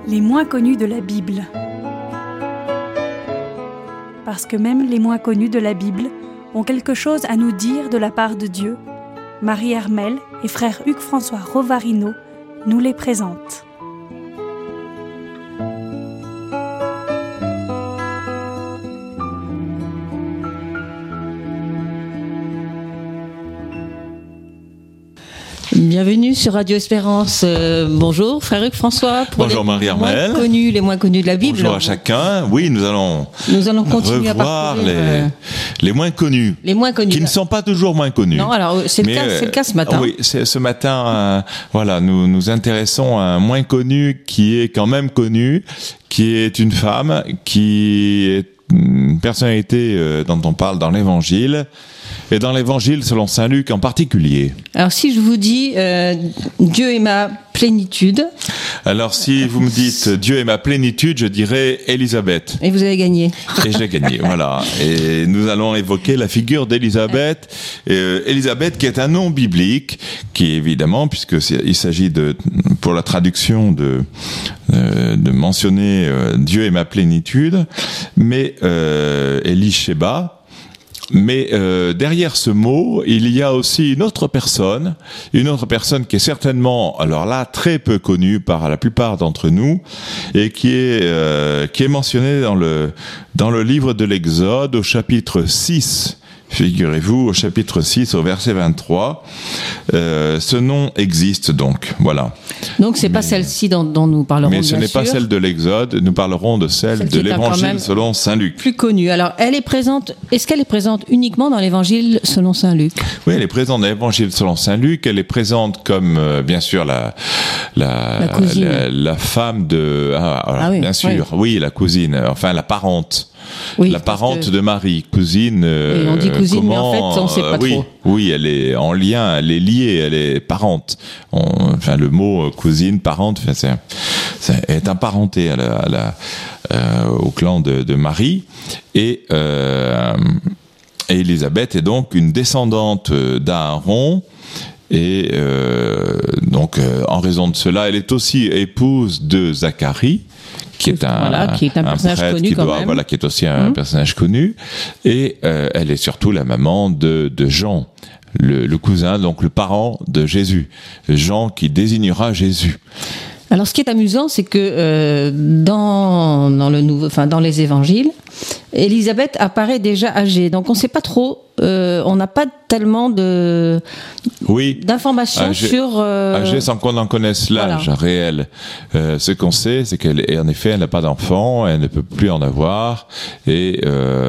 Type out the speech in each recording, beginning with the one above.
Les moins connus de la Bible. Parce que même les moins connus de la Bible ont quelque chose à nous dire de la part de Dieu, Marie Hermel et frère Hugues-François Rovarino nous les présentent. Bienvenue sur Radio Espérance. Bonjour, frère Hugues-François. Bonjour Marie Hermel. Les moins connus de la Bible. Bonjour à chacun. Oui, nous allons continuer revoir à parcourir les moins connus. Les moins connus. Qui ne sont pas toujours moins connus. Non, alors c'est le cas ce matin. Oui, ce matin, nous nous intéressons à un moins connu qui est quand même connu, qui est une femme, qui est une personnalité dont on parle dans l'Évangile, et dans l'Évangile selon saint Luc en particulier. Alors si je vous dis Dieu est ma plénitude. Alors si vous me dites Dieu est ma plénitude, je dirais Élisabeth. Et vous avez gagné. Et j'ai gagné, voilà. Et nous allons évoquer la figure d'Élisabeth. Élisabeth qui est un nom biblique, qui évidemment, il s'agit pour la traduction de mentionner Dieu est ma plénitude, mais Elisheba. Mais derrière ce mot, il y a aussi une autre personne qui est certainement, alors là, très peu connue par la plupart d'entre nous, et qui est mentionnée dans le livre de l'Exode au chapitre 6. Figurez-vous, au chapitre 6, au verset 23, ce nom existe donc, voilà. Donc c'est pas celle-ci dont nous parlerons, bien sûr. Mais ce n'est pas celle de l'Exode, nous parlerons de celle de l'Évangile selon saint Luc. Plus connue. Alors, est-ce qu'elle est présente uniquement dans l'Évangile selon saint Luc ? Oui, elle est présente dans l'Évangile selon saint Luc, elle est présente comme, bien sûr, la femme de... oui, bien sûr, oui, la cousine, enfin la parente. Oui, la parente de Marie, cousine. Oui, on dit cousine, mais en fait, on ne sait pas trop. Oui, elle est en lien, elle est liée, elle est parente. Le mot cousine, parente, est apparenté au clan de Marie. Et Élisabeth est donc une descendante d'Aaron. Et donc, en raison de cela, elle est aussi épouse de Zacharie, qui est un personnage connu qui est aussi un personnage connu, et elle est surtout la maman de Jean, le cousin, donc le parent de Jésus, Jean qui désignera Jésus. Alors, ce qui est amusant, c'est que dans les Évangiles, Élisabeth apparaît déjà âgée, donc on ne sait pas trop. On n'a pas tellement d'informations sur... âgée sans qu'on en connaisse l'âge réel. Ce qu'on sait, c'est qu'en effet, elle n'a pas d'enfant, elle ne peut plus en avoir, et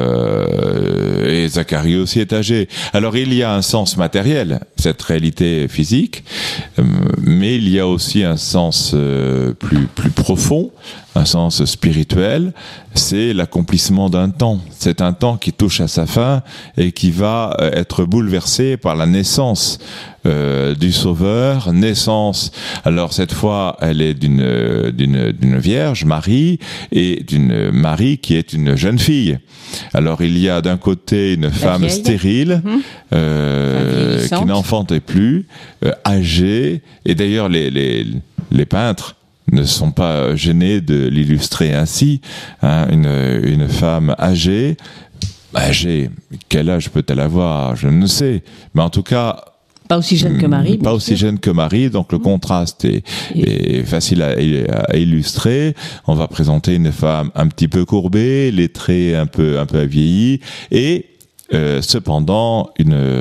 Zacharie aussi est âgé. Alors il y a un sens matériel, cette réalité physique, mais il y a aussi un sens plus profond, un sens spirituel, c'est l'accomplissement d'un temps. C'est un temps qui touche à sa fin et qui va être bouleversé par la naissance du Sauveur, naissance. Alors cette fois, elle est d'une vierge, Marie, et d'une Marie qui est une jeune fille. Alors il y a d'un côté une femme stérile qui n'enfantait plus, âgée, et d'ailleurs les peintres ne sont pas gênés de l'illustrer ainsi, une femme âgée, quel âge peut-elle avoir ? Je ne sais, mais en tout cas... Pas aussi jeune que Marie. Pas aussi jeune que Marie, donc le contraste est facile à illustrer. On va présenter une femme un petit peu courbée, les traits un peu vieillis, et cependant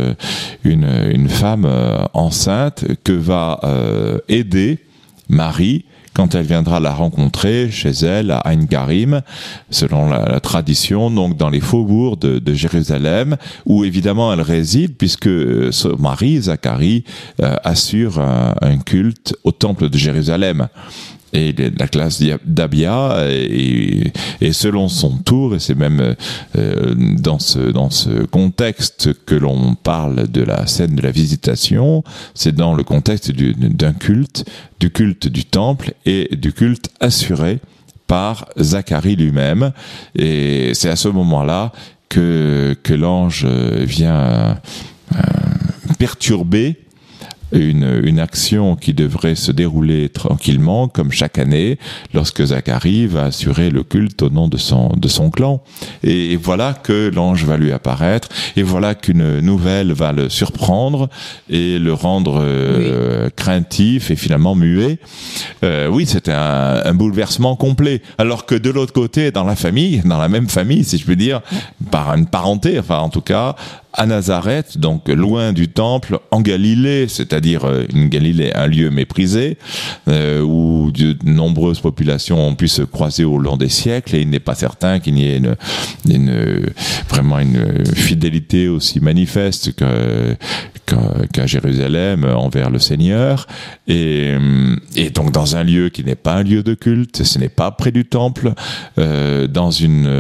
une femme enceinte que va aider Marie quand elle viendra la rencontrer chez elle à Ein Garim, selon la tradition, donc dans les faubourgs de Jérusalem, où évidemment elle réside, puisque son mari, Zacharie, assure un culte au temple de Jérusalem. Et la classe d'Abia, et selon son tour, et c'est même dans ce contexte que l'on parle de la scène de la visitation, c'est dans le contexte d'un culte, du culte du temple et du culte assuré par Zacharie lui-même. Et c'est à ce moment-là que l'ange vient perturber une action qui devrait se dérouler tranquillement, comme chaque année, lorsque Zacharie va assurer le culte au nom de son clan. Et voilà que l'ange va lui apparaître, et voilà qu'une nouvelle va le surprendre et le rendre craintif et finalement muet. Oui, c'était un bouleversement complet. Alors que de l'autre côté, dans la même famille, si je puis dire, par une parenté, enfin en tout cas, à Nazareth, donc loin du temple, en Galilée, c'est-à-dire une Galilée, un lieu méprisé, où de nombreuses populations ont pu se croiser au long des siècles, et il n'est pas certain qu'il y ait vraiment une fidélité aussi manifeste qu'à Jérusalem envers le Seigneur, et donc dans un lieu qui n'est pas un lieu de culte, ce n'est pas près du temple, dans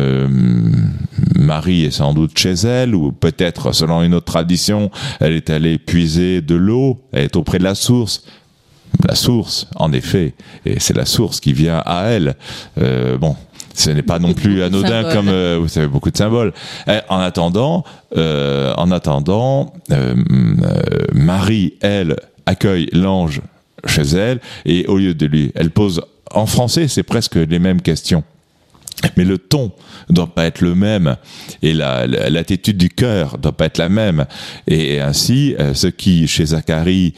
Marie est sans doute chez elle, ou peut-être selon une autre tradition, elle est allée puiser de l'eau, elle est auprès de la source. La source, en effet, et c'est la source qui vient à elle. Ce n'est pas non plus anodin comme vous savez, beaucoup de symboles. En attendant, Marie, elle, accueille l'ange chez elle, et au lieu de lui, elle pose en français, c'est presque les mêmes questions. Mais le ton doit pas être le même, et l'attitude du cœur doit pas être la même, et ainsi ce qui chez Zacharie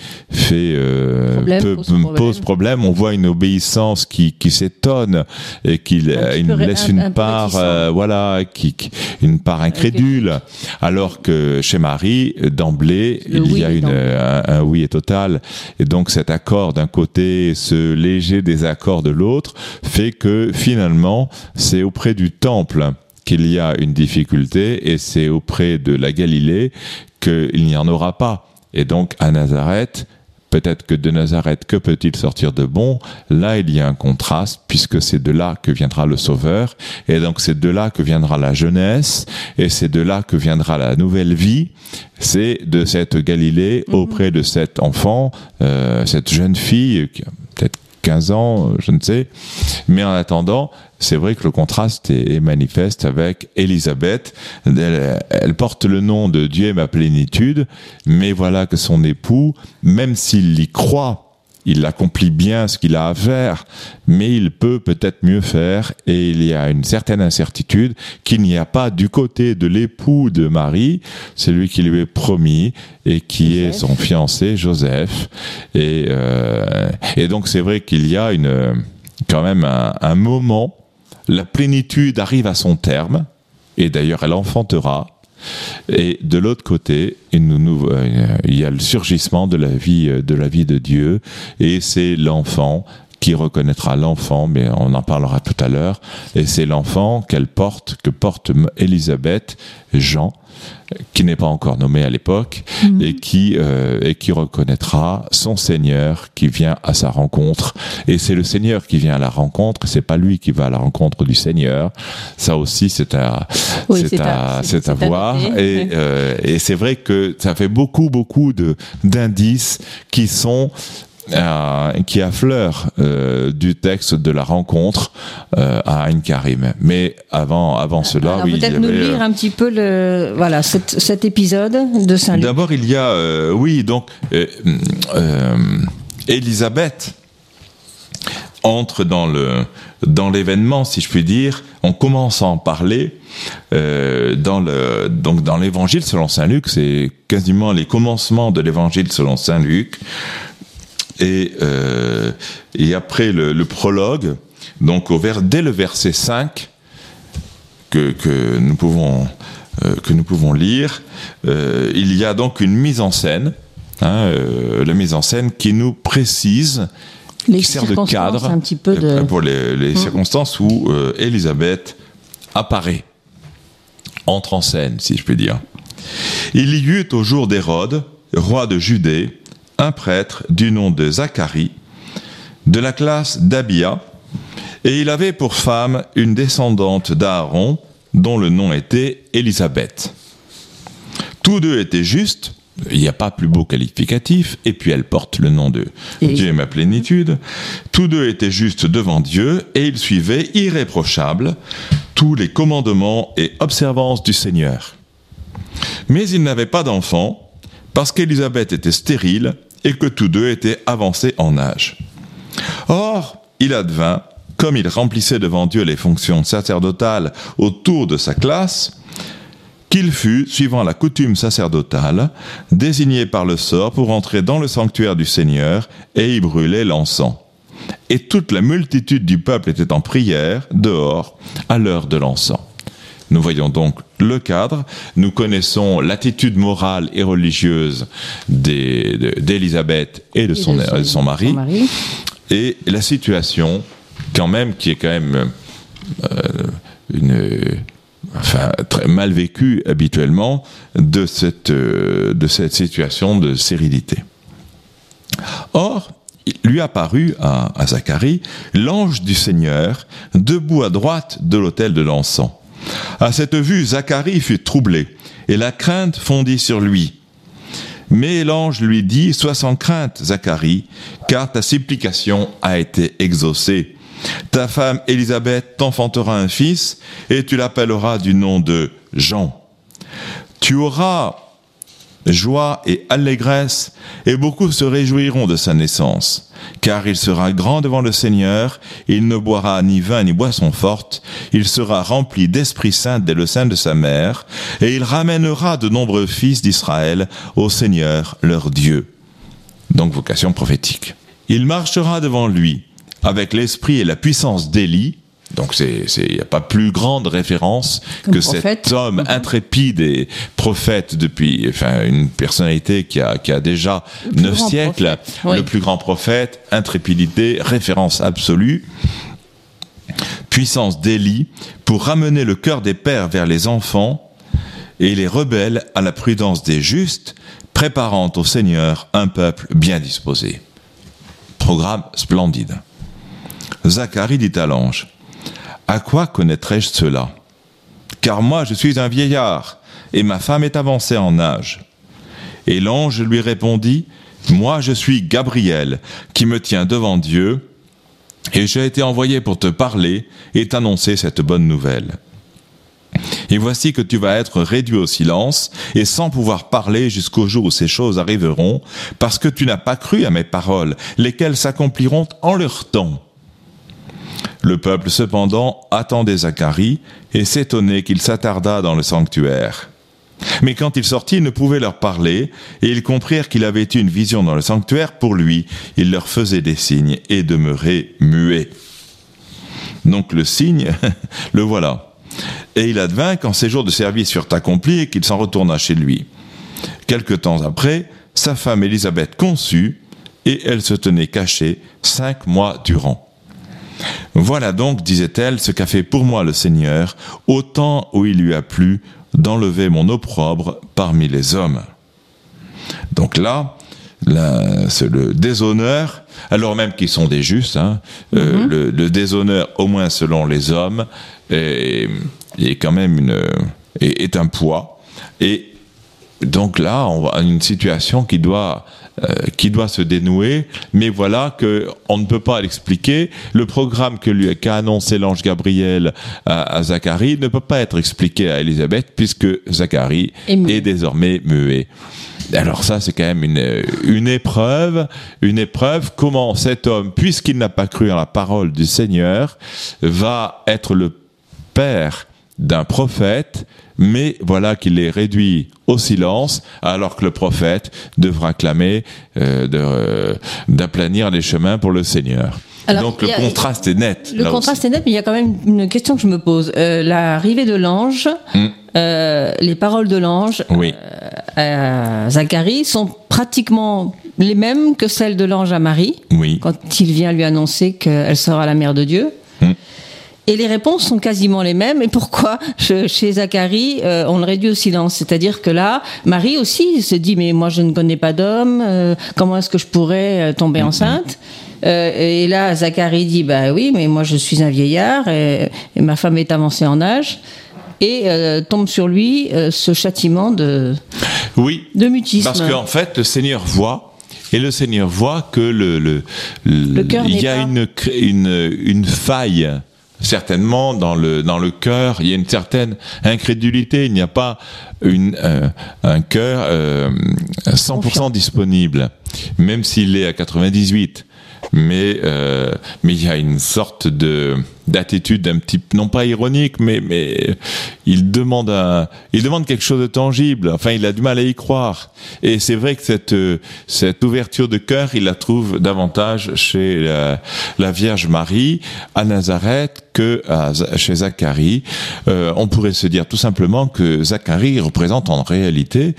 pose problème, on voit une obéissance qui s'étonne et qui laisse une part une part incrédule, alors que chez Marie d'emblée il y a un oui total, et donc cet accord d'un côté, ce léger désaccord de l'autre, fait que finalement c'est auprès du temple qu'il y a une difficulté, et c'est auprès de la Galilée qu'il n'y en aura pas. Et donc à Nazareth, peut-être que de Nazareth, que peut-il sortir de bon? Là, il y a un contraste, puisque c'est de là que viendra le Sauveur, et donc c'est de là que viendra la jeunesse, et c'est de là que viendra la nouvelle vie. C'est de cette Galilée auprès de cet enfant, cette jeune fille qui a peut-être 15 ans, je ne sais. Mais en attendant, c'est vrai que le contraste est manifeste avec Élisabeth. Elle porte le nom de Dieu est ma plénitude, mais voilà que son époux, même s'il y croit, il accomplit bien ce qu'il a à faire, mais il peut peut-être mieux faire, et il y a une certaine incertitude qu'il n'y a pas du côté de l'époux de Marie, celui qui lui est promis et qui est son fiancé Joseph, et donc c'est vrai qu'il y a quand même un moment, la plénitude arrive à son terme, et d'ailleurs elle enfantera. Et de l'autre côté, il y a le surgissement de la vie de Dieu, et c'est l'enfant qui reconnaîtra l'enfant, mais on en parlera tout à l'heure, et c'est l'enfant que porte Élisabeth, Jean, qui n'est pas encore nommé à l'époque, et qui reconnaîtra son Seigneur qui vient à sa rencontre. Et c'est le Seigneur qui vient à la rencontre, c'est pas lui qui va à la rencontre du Seigneur. Ça aussi, c'est à voir. Et c'est vrai que ça fait beaucoup d'indices qui affleure du texte de la rencontre à Ein Karim. Mais avant cela, alors, peut-être nous lire un petit peu cet épisode de Saint-Luc. D'abord, il y a Élisabeth entre dans l'événement, si je puis dire. On commence à en parler dans l'évangile selon Saint Luc. C'est quasiment les commencements de l'évangile selon Saint Luc. Et après le prologue, donc dès le verset 5 que nous pouvons lire, il y a donc une mise en scène, la mise en scène qui nous précise, qui sert de cadre un petit peu pour les circonstances où Élisabeth apparaît, entre en scène, si je puis dire. Il y eut au jour d'Hérode, roi de Judée, un prêtre du nom de Zacharie, de la classe d'Abia, et il avait pour femme une descendante d'Aaron, dont le nom était Élisabeth. Tous deux étaient justes, il n'y a pas plus beau qualificatif, et puis elle porte le nom de Dieu est ma plénitude. Tous deux étaient justes devant Dieu, et ils suivaient irréprochables tous les commandements et observances du Seigneur. Mais ils n'avaient pas d'enfants, parce qu'Élisabeth était stérile, et que tous deux étaient avancés en âge. Or, il advint, comme il remplissait devant Dieu les fonctions sacerdotales autour de sa classe, qu'il fut, suivant la coutume sacerdotale, désigné par le sort pour entrer dans le sanctuaire du Seigneur et y brûler l'encens. Et toute la multitude du peuple était en prière, dehors, à l'heure de l'encens. Nous voyons donc le cadre, nous connaissons l'attitude morale et religieuse d'Élisabeth et de son mari, et la situation, quand même, qui est quand même très mal vécue habituellement, de cette situation de stérilité. Or, il lui apparut à Zacharie l'ange du Seigneur, debout à droite de l'autel de l'encens. À cette vue, Zacharie fut troublé, et la crainte fondit sur lui. Mais l'ange lui dit, « Sois sans crainte, Zacharie, car ta supplication a été exaucée. Ta femme Élisabeth t'enfantera un fils, et tu l'appelleras du nom de Jean. Tu auras joie et allégresse, et beaucoup se réjouiront de sa naissance. Car il sera grand devant le Seigneur, il ne boira ni vin ni boisson forte, il sera rempli d'Esprit Saint dès le sein de sa mère, et il ramènera de nombreux fils d'Israël au Seigneur leur Dieu. » Donc vocation prophétique. Il marchera devant lui avec l'esprit et la puissance d'Élie. Donc il n'y a pas plus grande référence comme que prophète. Cet homme intrépide et prophète une personnalité qui a déjà 9 siècles, le plus grand prophète, intrépidité, référence absolue, puissance d'Élie pour ramener le cœur des pères vers les enfants et les rebelles à la prudence des justes, préparant au Seigneur un peuple bien disposé. Programme splendide. Zacharie dit à l'ange, « À quoi connaîtrais-je cela ? Car moi je suis un vieillard, et ma femme est avancée en âge. » Et l'ange lui répondit, « Moi je suis Gabriel, qui me tient devant Dieu, et j'ai été envoyé pour te parler et t'annoncer cette bonne nouvelle. Et voici que tu vas être réduit au silence, et sans pouvoir parler jusqu'au jour où ces choses arriveront, parce que tu n'as pas cru à mes paroles, lesquelles s'accompliront en leur temps. » Le peuple, cependant, attendait Zacharie et s'étonnait qu'il s'attardât dans le sanctuaire. Mais quand il sortit, il ne pouvait leur parler, et ils comprirent qu'il avait eu une vision dans le sanctuaire. Pour lui, il leur faisait des signes et demeurait muet. Donc le signe, le voilà. Et il advint, quand ses jours de service furent accomplis, qu'il s'en retourna chez lui. Quelque temps après, sa femme Élisabeth conçut, et elle se tenait cachée 5 mois durant. Voilà donc, disait-elle, ce qu'a fait pour moi le Seigneur, au temps où il lui a plu d'enlever mon opprobre parmi les hommes. Donc là, c'est le déshonneur, alors même qu'ils sont des justes, le déshonneur, au moins selon les hommes, est quand même est un poids. Et donc là, on a une situation qui doit se dénouer, mais voilà qu'on ne peut pas l'expliquer. Le programme qu'a annoncé l'ange Gabriel à Zacharie ne peut pas être expliqué à Élisabeth, puisque Zacharie est désormais muet. Alors ça, c'est quand même une épreuve, comment cet homme, puisqu'il n'a pas cru en la parole du Seigneur, va être le père d'un prophète, mais voilà qu'il est réduit au silence, alors que le prophète devra clamer d'aplanir les chemins pour le Seigneur. Alors, donc le contraste est net. Le contraste est net, mais il y a quand même une question que je me pose. L'arrivée de l'ange, les paroles de l'ange à Zacharie sont pratiquement les mêmes que celles de l'ange à Marie, quand il vient lui annoncer qu'elle sera la mère de Dieu. Et les réponses sont quasiment les mêmes. Et pourquoi chez Zacharie, on le réduit au silence? C'est-à-dire que là, Marie aussi se dit, mais moi je ne connais pas d'homme, comment est-ce que je pourrais tomber enceinte? Et là, Zacharie dit, bah oui, mais moi je suis un vieillard et ma femme est avancée en âge. Et tombe sur lui ce châtiment de mutisme. Parce qu'en fait, le Seigneur voit, et le Seigneur voit que il y a une faille. Certainement, dans le cœur, il y a une certaine incrédulité. Il n'y a pas un cœur 100% disponible. même s'il est à 98. Mais il y a une sorte d'attitude un petit, non pas ironique, mais il demande quelque chose de tangible. Enfin, il a du mal à y croire. Et c'est vrai que cette ouverture de cœur, il la trouve davantage chez la Vierge Marie à Nazareth que chez Zacharie. On pourrait se dire tout simplement que Zacharie représente en réalité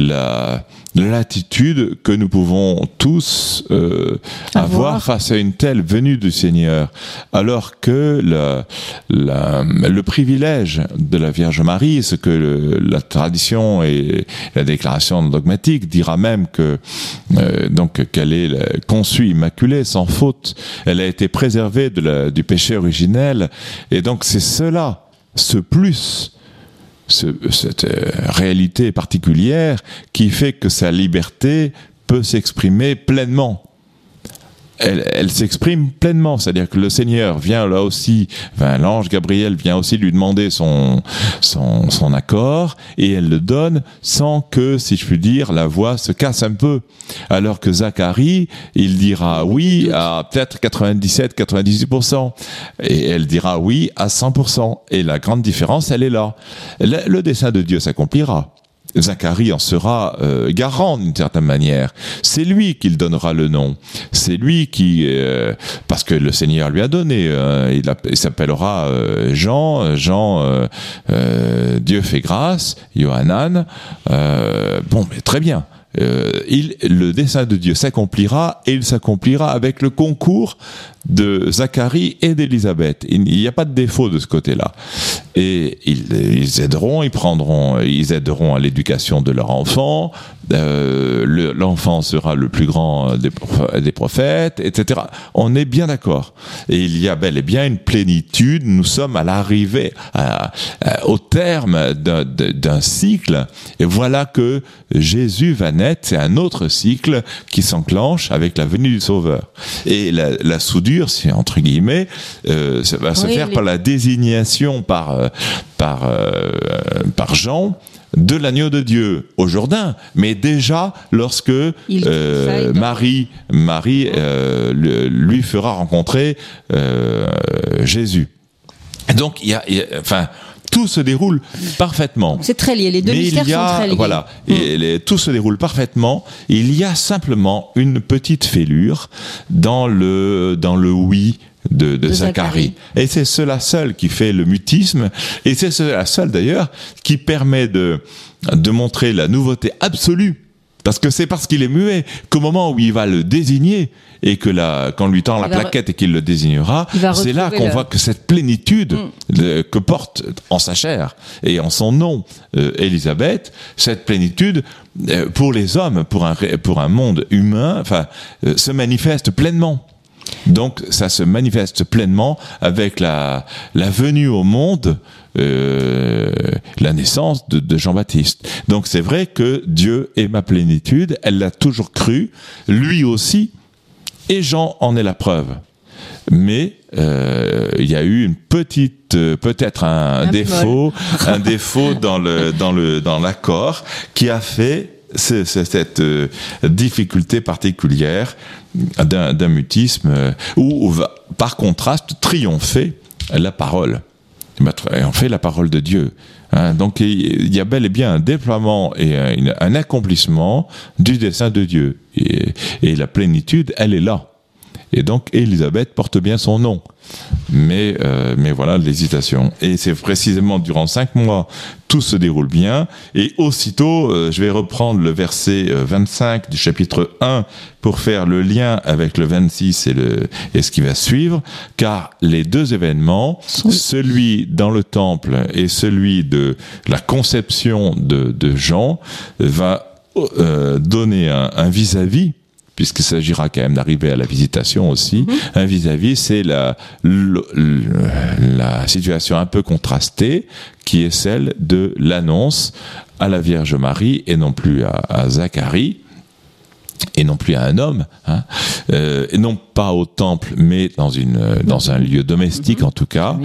l'attitude que nous pouvons tous avoir face à une telle venue du Seigneur, alors que le privilège de la Vierge Marie, ce que la tradition et la déclaration dogmatique dira même que qu'elle est conçue immaculée, sans faute, elle a été préservée du péché originel, et donc c'est cela, ce plus, cette réalité particulière qui fait que sa liberté peut s'exprimer pleinement. Elle s'exprime pleinement, c'est-à-dire que le Seigneur vient là aussi, l'ange Gabriel vient aussi lui demander son accord, et elle le donne sans que, si je puis dire, la voix se casse un peu. Alors que Zacharie, il dira oui à peut-être 97-98%, et elle dira oui à 100%. Et la grande différence, elle est là. Le dessein de Dieu s'accomplira. Zacharie en sera garant d'une certaine manière. C'est lui qui donnera le nom. C'est lui qui, parce que le Seigneur lui a donné, il s'appellera Jean, Dieu fait grâce, Yohanan. Mais très bien. Le dessein de Dieu s'accomplira, et il s'accomplira avec le concours de Zacharie et d'Élisabeth. Il n'y a pas de défaut de ce côté-là. Et ils aideront à l'éducation de leur enfant. L'enfant sera le plus grand des prophètes, etc. On est bien d'accord. Et il y a bel et bien une plénitude. Nous sommes à l'arrivée, au terme d'un cycle. Et voilà que Jésus va naître. C'est un autre cycle qui s'enclenche avec la venue du Sauveur. Et la soudure, c'est entre guillemets, ça va se faire par la désignation par Jean de l'agneau de Dieu au Jourdain, mais déjà lorsque Marie lui fera rencontrer Jésus. Donc tout se déroule parfaitement. C'est très lié, les deux mystères sont très liés. Voilà, tout se déroule parfaitement. Il y a simplement une petite fêlure dans le oui de Zacharie. Et c'est cela seul qui fait le mutisme, et c'est cela seul d'ailleurs qui permet de montrer la nouveauté absolue. Parce que c'est parce qu'il est muet qu'au moment où il va le désigner, et que quand on lui tend la plaquette et qu'il le désignera, c'est là qu'on voit que cette plénitude que porte en sa chair et en son nom Élisabeth, cette plénitude pour les hommes, pour un monde humain, se manifeste pleinement. Donc ça se manifeste pleinement avec la venue au monde, la naissance de Jean-Baptiste. Donc c'est vrai que Dieu est ma plénitude, elle l'a toujours cru, lui aussi, et Jean en est la preuve. Mais il y a eu une petite, peut-être un défaut dans l'accord qui a fait cette difficulté particulière d'un mutisme où va, par contraste, triompher la parole. Triompher la parole de Dieu. Donc il y a bel et bien un déploiement et un accomplissement du dessein de Dieu. Et la plénitude, elle est là. Et donc Élisabeth porte bien son nom. Mais voilà l'hésitation. Et c'est précisément durant 5 mois, tout se déroule bien. Et aussitôt, je vais reprendre le verset 25 du chapitre 1 pour faire le lien avec le 26 et ce qui va suivre. Car les deux événements, celui dans le temple et celui de la conception de Jean, va donner un vis-à-vis, puisqu'il s'agira quand même d'arriver à la visitation aussi. Un vis-à-vis, c'est la situation un peu contrastée, qui est celle de l'annonce à la Vierge Marie, et non plus à Zacharie, et non plus à un homme, et non pas au temple, mais dans un lieu domestique en tout cas,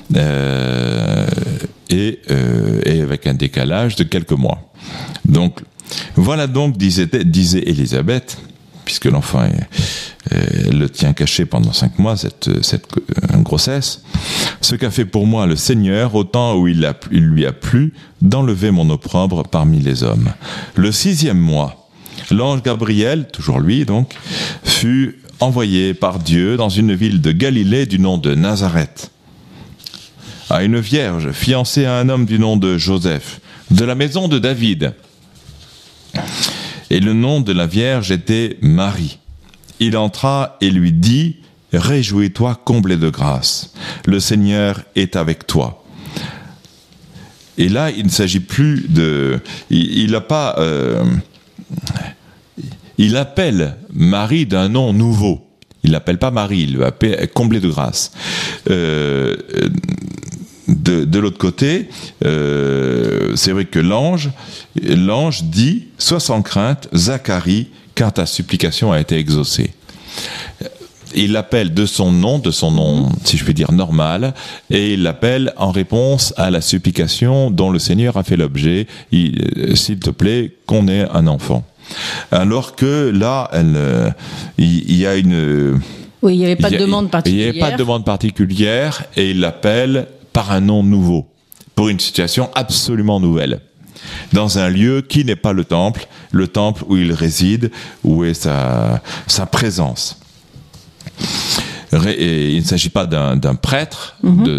et avec un décalage de quelques mois. Donc, voilà donc, disait Élisabeth, puisque l'enfant le tient caché pendant 5 mois, cette grossesse. Ce qu'a fait pour moi le Seigneur, au temps où il lui a plu d'enlever mon opprobre parmi les hommes. Le 6e mois, l'ange Gabriel, toujours lui donc, fut envoyé par Dieu dans une ville de Galilée du nom de Nazareth, à une vierge fiancée à un homme du nom de Joseph, de la maison de David. Et le nom de la vierge était Marie. Il entra et lui dit « Réjouis-toi, comblé de grâce, le Seigneur est avec toi. » Et là, il ne s'agit plus de... Il n'a pas... il appelle Marie d'un nom nouveau. Il l'appelle pas Marie, il l'appelle comblé de grâce. De l'autre côté, c'est vrai que l'ange dit « Sois sans crainte, Zacharie, car ta supplication a été exaucée. » Il l'appelle de son nom, si je puis dire, normal, et il l'appelle en réponse à la supplication dont le Seigneur a fait l'objet, s'il te plaît, qu'on ait un enfant. Alors que là, il y a une... Oui, il n'y avait pas de demande particulière. Il n'y avait pas de demande particulière, et il l'appelle par un nom nouveau, pour une situation absolument nouvelle. Dans un lieu qui n'est pas le temple où il réside, où est sa présence. Et il ne s'agit pas d'un prêtre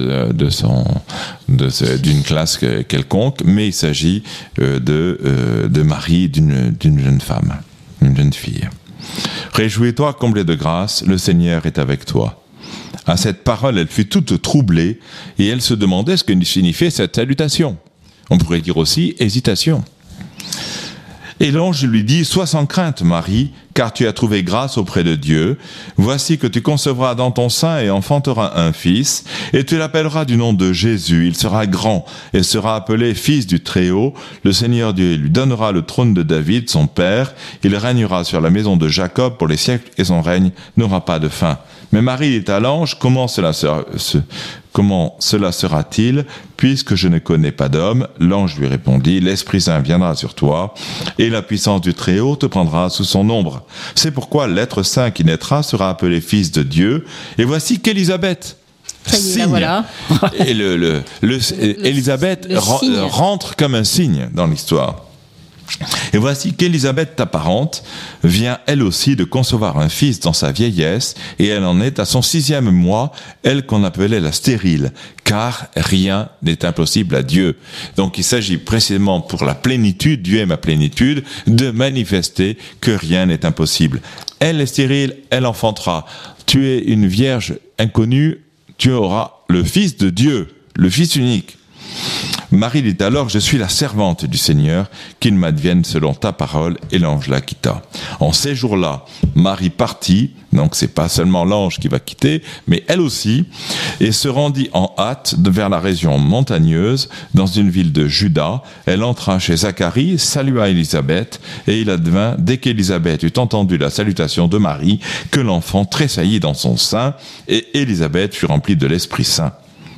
d'une classe quelconque, mais il s'agit de Marie, d'une jeune femme, une jeune fille. Réjouis-toi, comblé de grâce, le Seigneur est avec toi. À cette parole, elle fut toute troublée et elle se demandait ce que signifiait cette salutation. On pourrait dire aussi hésitation. Et l'ange lui dit « Sois sans crainte, Marie, car tu as trouvé grâce auprès de Dieu. Voici que tu concevras dans ton sein et enfanteras un fils, et tu l'appelleras du nom de Jésus. Il sera grand et sera appelé fils du Très-Haut. Le Seigneur Dieu lui donnera le trône de David, son père. Il régnera sur la maison de Jacob pour les siècles, et son règne n'aura pas de fin. » Mais Marie dit à l'ange, comment cela sera-t-il, puisque je ne connais pas d'homme? L'ange lui répondit, l'Esprit Saint viendra sur toi, et la puissance du Très-Haut te prendra sous son ombre. C'est pourquoi l'être saint qui naîtra sera appelé fils de Dieu. Et voici qu'Élisabeth, signe, voilà. Et Élisabeth rentre comme un signe dans l'histoire. Et voici qu'Élisabeth, ta parente, vient elle aussi de concevoir un fils dans sa vieillesse, et elle en est à son 6e mois, elle qu'on appelait la stérile, car rien n'est impossible à Dieu. Donc il s'agit précisément pour la plénitude, Dieu est ma plénitude, de manifester que rien n'est impossible. Elle est stérile, elle enfantera. Tu es une vierge inconnue, tu auras le Fils de Dieu, le Fils unique. Marie dit alors, je suis la servante du Seigneur, qu'il m'advienne selon ta parole, et l'ange la quitta. En ces jours-là, Marie partit, donc c'est pas seulement l'ange qui va quitter, mais elle aussi, et se rendit en hâte vers la région montagneuse, dans une ville de Juda. Elle entra chez Zacharie, salua Élisabeth, et il advint, dès qu'Élisabeth eut entendu la salutation de Marie, que l'enfant tressaillit dans son sein, et Élisabeth fut remplie de l'Esprit Saint.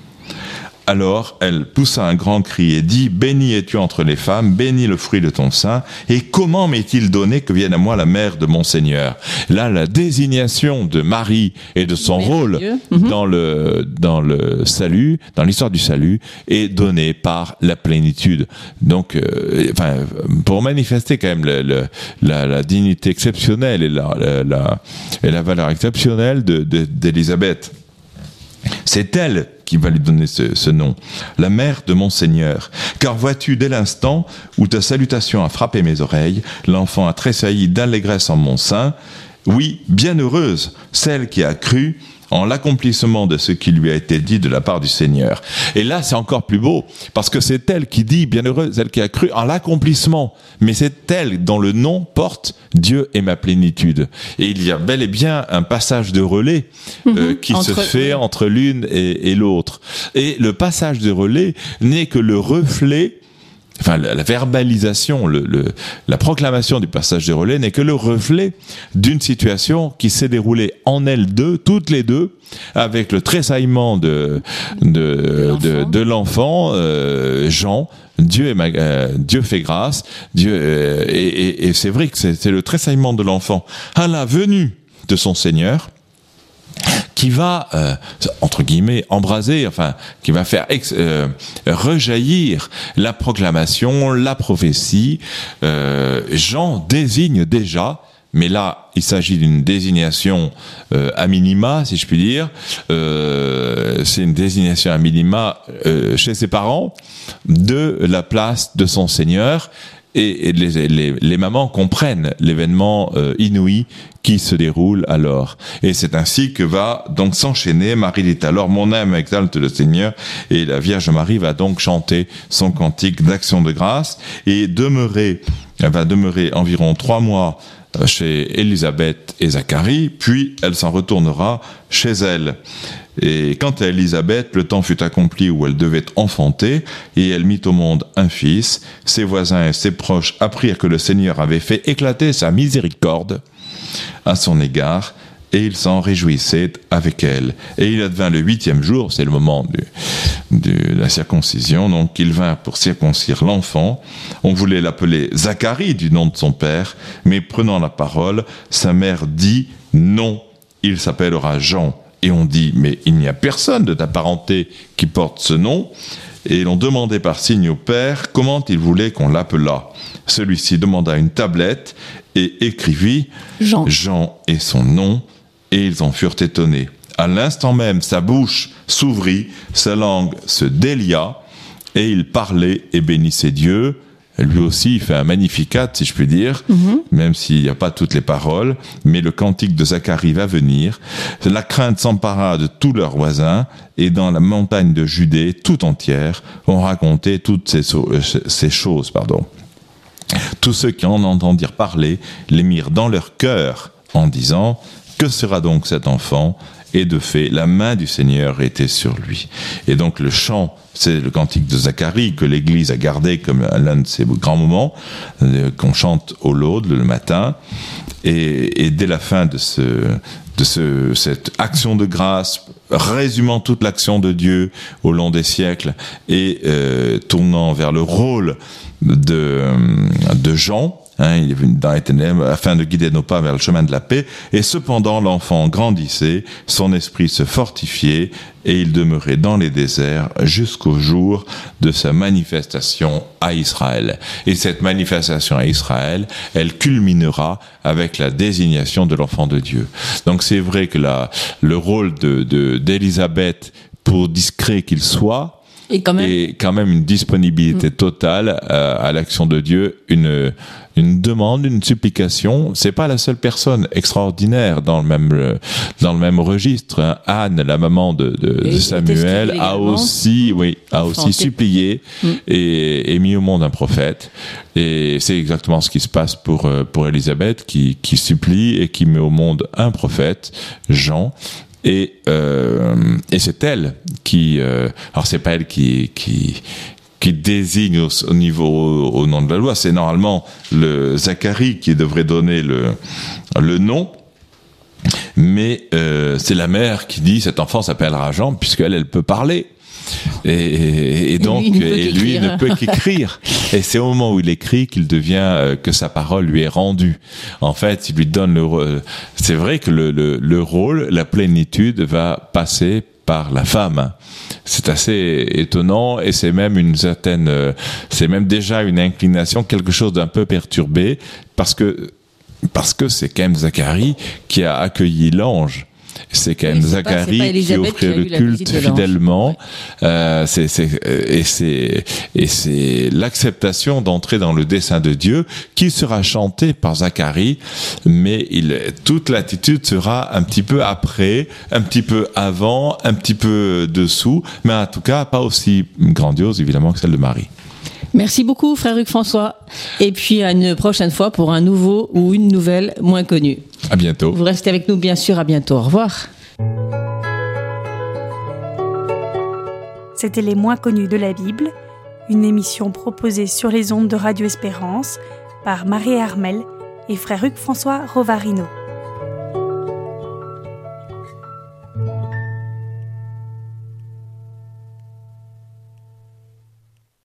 Alors elle poussa un grand cri et dit « Béni es-tu entre les femmes, béni le fruit de ton sein, et comment m'est-il donné que vienne à moi la mère de mon Seigneur ?» Là, la désignation de Marie et de son rôle dans le salut, dans l'histoire du salut, est donnée par la plénitude. Donc, pour manifester quand même la dignité exceptionnelle et la valeur exceptionnelle d'Élisabeth. C'est elle qui va lui donner ce nom, la mère de mon Seigneur. Car vois-tu, dès l'instant où ta salutation a frappé mes oreilles, l'enfant a tressailli d'allégresse en mon sein. Oui, bienheureuse, celle qui a cru en l'accomplissement de ce qui lui a été dit de la part du Seigneur. Et là, c'est encore plus beau, parce que c'est elle qui dit, bienheureuse, celle qui a cru en l'accomplissement, mais c'est elle dont le nom porte « Dieu est ma plénitude ». Et il y a bel et bien un passage de relais qui se fait entre l'une et l'autre. Et le passage de relais n'est que le reflet enfin la verbalisation, la proclamation du passage de relais n'est que le reflet d'une situation qui s'est déroulée en elles deux, toutes les deux, avec le tressaillement de l'enfant, Jean. Dieu fait grâce, et c'est vrai que c'est le tressaillement de l'enfant à la venue de son Seigneur qui va, entre guillemets, embraser, enfin, qui va faire rejaillir la proclamation, la prophétie. Jean désigne déjà, mais là, il s'agit d'une désignation à minima, si je puis dire. C'est une désignation à minima chez ses parents de la place de son Seigneur. Et les mamans comprennent l'événement inouï qui se déroule alors. Et c'est ainsi que va donc s'enchaîner. Marie dit alors, mon âme exalte le Seigneur, et la Vierge Marie va donc chanter son cantique d'action de grâce et elle va demeurer environ 3 mois chez Élisabeth et Zacharie, puis elle s'en retournera chez elle. Et quant à Élisabeth, le temps fut accompli où elle devait enfanter, et elle mit au monde un fils. Ses voisins et ses proches apprirent que le Seigneur avait fait éclater sa miséricorde à son égard, et ils s'en réjouissaient avec elle. Et il advint le 8e jour, c'est le moment de la circoncision, donc il vint pour circoncire l'enfant. On voulait l'appeler Zacharie du nom de son père, mais prenant la parole, sa mère dit « Non, il s'appellera Jean ». Et on dit, mais il n'y a personne de ta parenté qui porte ce nom. Et l'on demandait par signe au père comment il voulait qu'on l'appelât. Celui-ci demanda une tablette et écrivit Jean et son nom, et ils en furent étonnés. À l'instant même, sa bouche s'ouvrit, sa langue se délia, et il parlait et bénissait Dieu. Lui aussi, il fait un magnificat, si je puis dire, même s'il n'y a pas toutes les paroles, mais le cantique de Zacharie va venir. La crainte s'empara de tous leurs voisins, et dans la montagne de Judée tout entière, on racontait toutes ces choses. Tous ceux qui en entendirent parler les mirent dans leur cœur en disant « Que sera donc cet enfant ?» Et de fait, la main du Seigneur était sur lui. Et donc le chant, c'est le cantique de Zacharie que l'Église a gardé comme l'un de ses grands moments, qu'on chante au laude le matin. Et dès la fin de cette action de grâce, résumant toute l'action de Dieu au long des siècles et tournant vers le rôle de Jean, il est venu dans les ténèbres afin de guider nos pas vers le chemin de la paix. Et cependant, l'enfant grandissait, son esprit se fortifiait, et il demeurait dans les déserts jusqu'au jour de sa manifestation à Israël. Et cette manifestation à Israël, elle culminera avec la désignation de l'enfant de Dieu. Donc c'est vrai que le rôle d'Élisabeth, pour discret qu'il soit, et quand même une disponibilité totale à l'action de Dieu, une demande, une supplication. C'est pas la seule personne extraordinaire dans le même registre. Anne, la maman de Samuel, a aussi supplié et mis au monde un prophète. Et c'est exactement ce qui se passe pour Élisabeth, qui supplie et qui met au monde un prophète, Jean. Et c'est elle qui, alors c'est pas elle qui désigne au nom de la loi, c'est normalement le Zacharie qui devrait donner le nom, mais c'est la mère qui dit cet enfant s'appellera Jean puisqu'elle peut parler. Et donc lui ne peut qu'écrire, et c'est au moment où il écrit qu'il devient que sa parole lui est rendue. En fait, il lui donne c'est vrai que le rôle, la plénitude va passer par la femme. C'est assez étonnant, et c'est même c'est même déjà une inclination, quelque chose d'un peu perturbé, parce que c'est quand même Zacharie qui a accueilli l'ange. C'est quand même Zacharie qui offrait le culte fidèlement. Et c'est l'acceptation d'entrer dans le dessein de Dieu qui sera chantée par Zacharie, mais toute l'attitude sera un petit peu après, un petit peu avant, un petit peu dessous, mais en tout cas pas aussi grandiose évidemment que celle de Marie. Merci beaucoup, frère Hugues François. Et puis à une prochaine fois pour un nouveau ou une nouvelle moins connue. À bientôt. Vous restez avec nous, bien sûr. À bientôt. Au revoir. C'était Les Moins Connus de la Bible, une émission proposée sur les ondes de Radio Espérance par Marie Armel et frère Hugues François Rovarino.